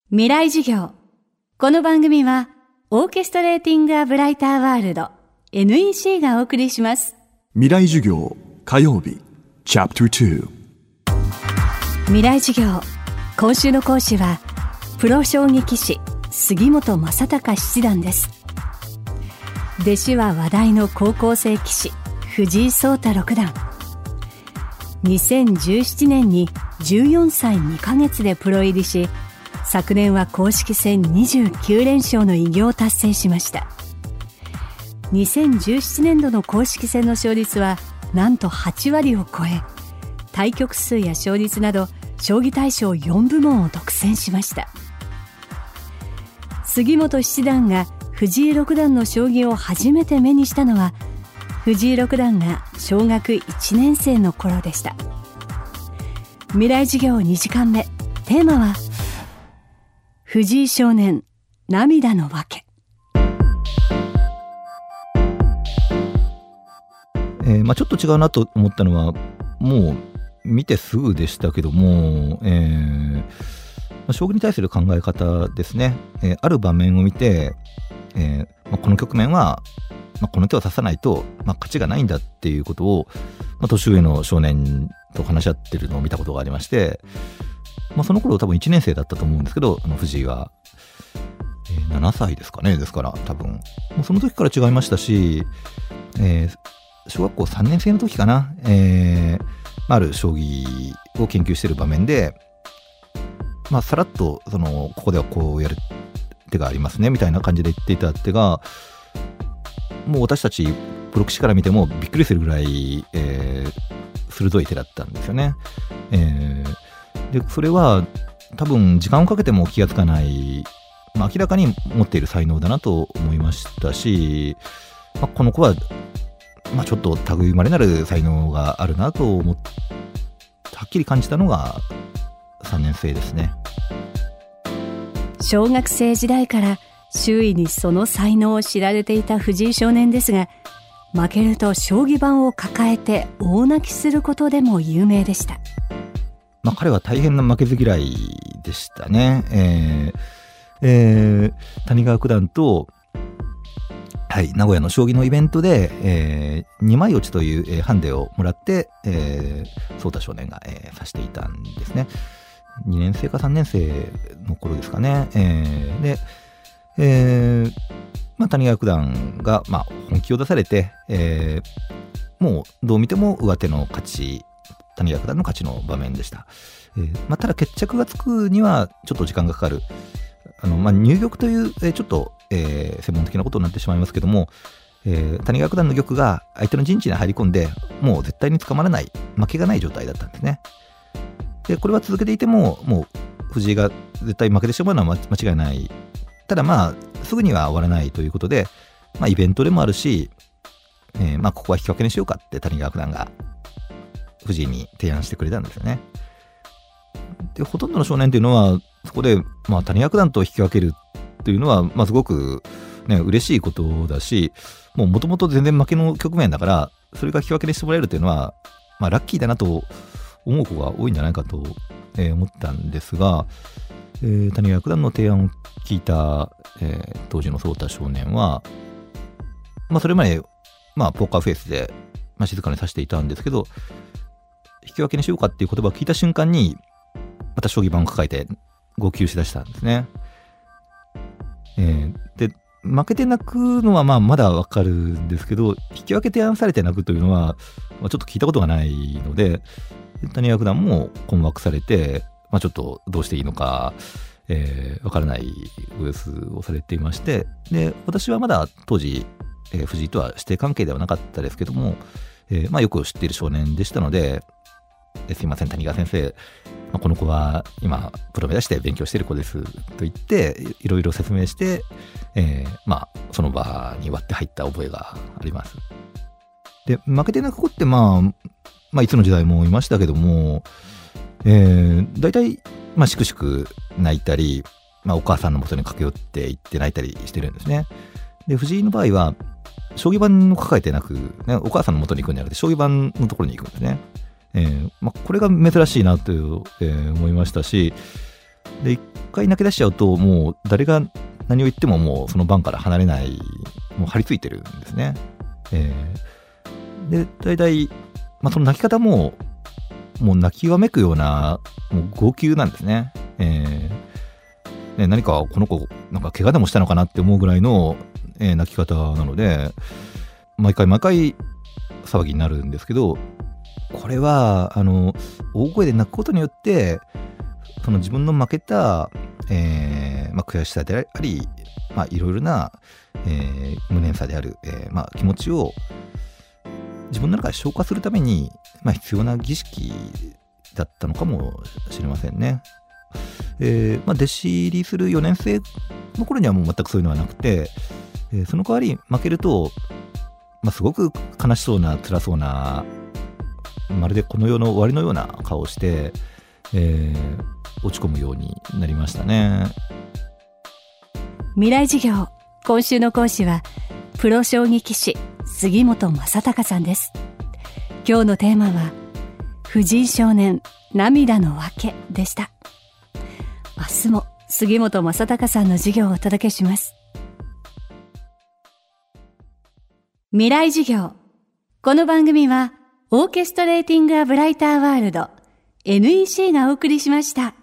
未来授業。この番組はオーケストレーティングアブライターワールド NEC がお送りします。 未来授業火曜日チャプター2。 未来授業、今週の講師はプロ将棋棋士杉本昌隆七段です。弟子は話題の高校生棋士藤井聡太六段。2017年に14歳2ヶ月でプロ入りし、昨年は公式戦29連勝の偉業を達成しました。2017年度の公式戦の勝率はなんと8割を超え、対局数や勝率など将棋大賞4部門を独占しました。杉本七段が藤井六段の将棋を初めて目にしたのは、藤井六段が小学1年生の頃でした。未来授業2時間目、テーマは藤井少年涙の訳。 ちょっと違うなと思ったのは、もう見てすぐでしたけども、将棋に対する考え方ですね。ある場面を見て、この局面は、この手を指さないと、勝ちがないんだっていうことを、年上の少年と話し合ってるのを見たことがありまして、その頃多分1年生だったと思うんですけど、藤井は、7歳ですかね。ですから多分もうその時から違いましたし、小学校3年生の時かな、ある将棋を研究している場面で、さらっとここではこうやる手がありますねみたいな感じで言っていた手が、もう私たちプロ棋士から見てもびっくりするぐらい、鋭い手だったんですよね。でそれは多分時間をかけても気がつかない、明らかに持っている才能だなと思いましたし、この子は、ちょっと類まれなる才能があるなとはっきり感じたのが3年生ですね。 小学生時代から周囲にその才能を知られていた藤井少年ですが、負けると将棋盤を抱えて大泣きすることでも有名でした。 彼は大変な負けず嫌いでしたね。谷川九段と、名古屋の将棋のイベントで、二枚落ちという、ハンデをもらって、聡太少年が、指していたんですね。2年生か3年生の頃ですかね。で、谷川九段が、本気を出されて、もうどう見ても上手の勝ち、谷川九段の勝ちの場面でした。ただ決着がつくにはちょっと時間がかかる。入玉という、ちょっと、専門的なことになってしまいますけども、谷川九段の玉が相手の陣地に入り込んで、もう絶対に捕まらない、負けがない状態だったんですね。でこれは続けていても、もう藤井が絶対負けてしまうのは間違いない。ただすぐには終わらないということで、イベントでもあるし、ここは引き分けにしようかって谷川九段が藤井に提案してくれたんですよね。でほとんどの少年というのはそこで、谷川九段と引き分けるというのは、すごく、嬉しいことだし、もともと全然負けの局面だから、それが引き分けにしてもらえるというのは、ラッキーだなと思う子が多いんじゃないかと、思ったんですが、谷川九段の提案を聞いた、当時の聡太少年は、それまで、ポーカーフェイスで、静かに指していたんですけど、引き分けにしようかっていう言葉を聞いた瞬間に、また将棋盤を抱えて号泣しだしたんですね。で負けて泣くのはまだわかるんですけど、引き分け提案されて泣くというのは、ちょっと聞いたことがないので、谷川九段も困惑されて、ちょっとどうしていいのかわからないご様子をされていまして、で私はまだ当時、藤井とは師弟関係ではなかったですけども、よく知っている少年でしたので、すいません谷川先生、この子は今プロ目指して勉強している子ですと言っていろいろ説明して、その場に割って入った覚えがあります。で負けて泣く子っていつの時代もいましたけども、大体しくしく泣いたり、お母さんの元に駆け寄って行って泣いたりしてるんですね。で藤井の場合は将棋盤を抱えて泣く、お母さんの元に行くんじゃなくて将棋盤のところに行くんですね。これが珍しいなと、思いましたし、 で一回泣き出しちゃうともう誰が何を言ってももうその番から離れない、もう張り付いてるんですね。で大体、その泣き方ももう泣きわめくようなもう号泣なんですね。何かこの子なんか怪我でもしたのかなって思うぐらいの、泣き方なので、毎回騒ぎになるんですけど、これは大声で泣くことによってその自分の負けた、悔しさであり、いろいろな、無念さである、気持ちを自分の中で消化するために、必要な儀式だったのかもしれませんね。弟子入りする4年生の頃にはもう全くそういうのはなくて、その代わり負けると、すごく悲しそうな辛そうな、まるでこの世の終わりのような顔をして、落ち込むようになりましたね。 未来授業、今週の講師はプロ将棋棋士杉本昌隆さんです。今日のテーマは藤井少年涙の訳でした。明日も杉本昌隆さんの授業をお届けします。未来授業、この番組はオーケストレーティングアブライターワールド NEC がお送りしました。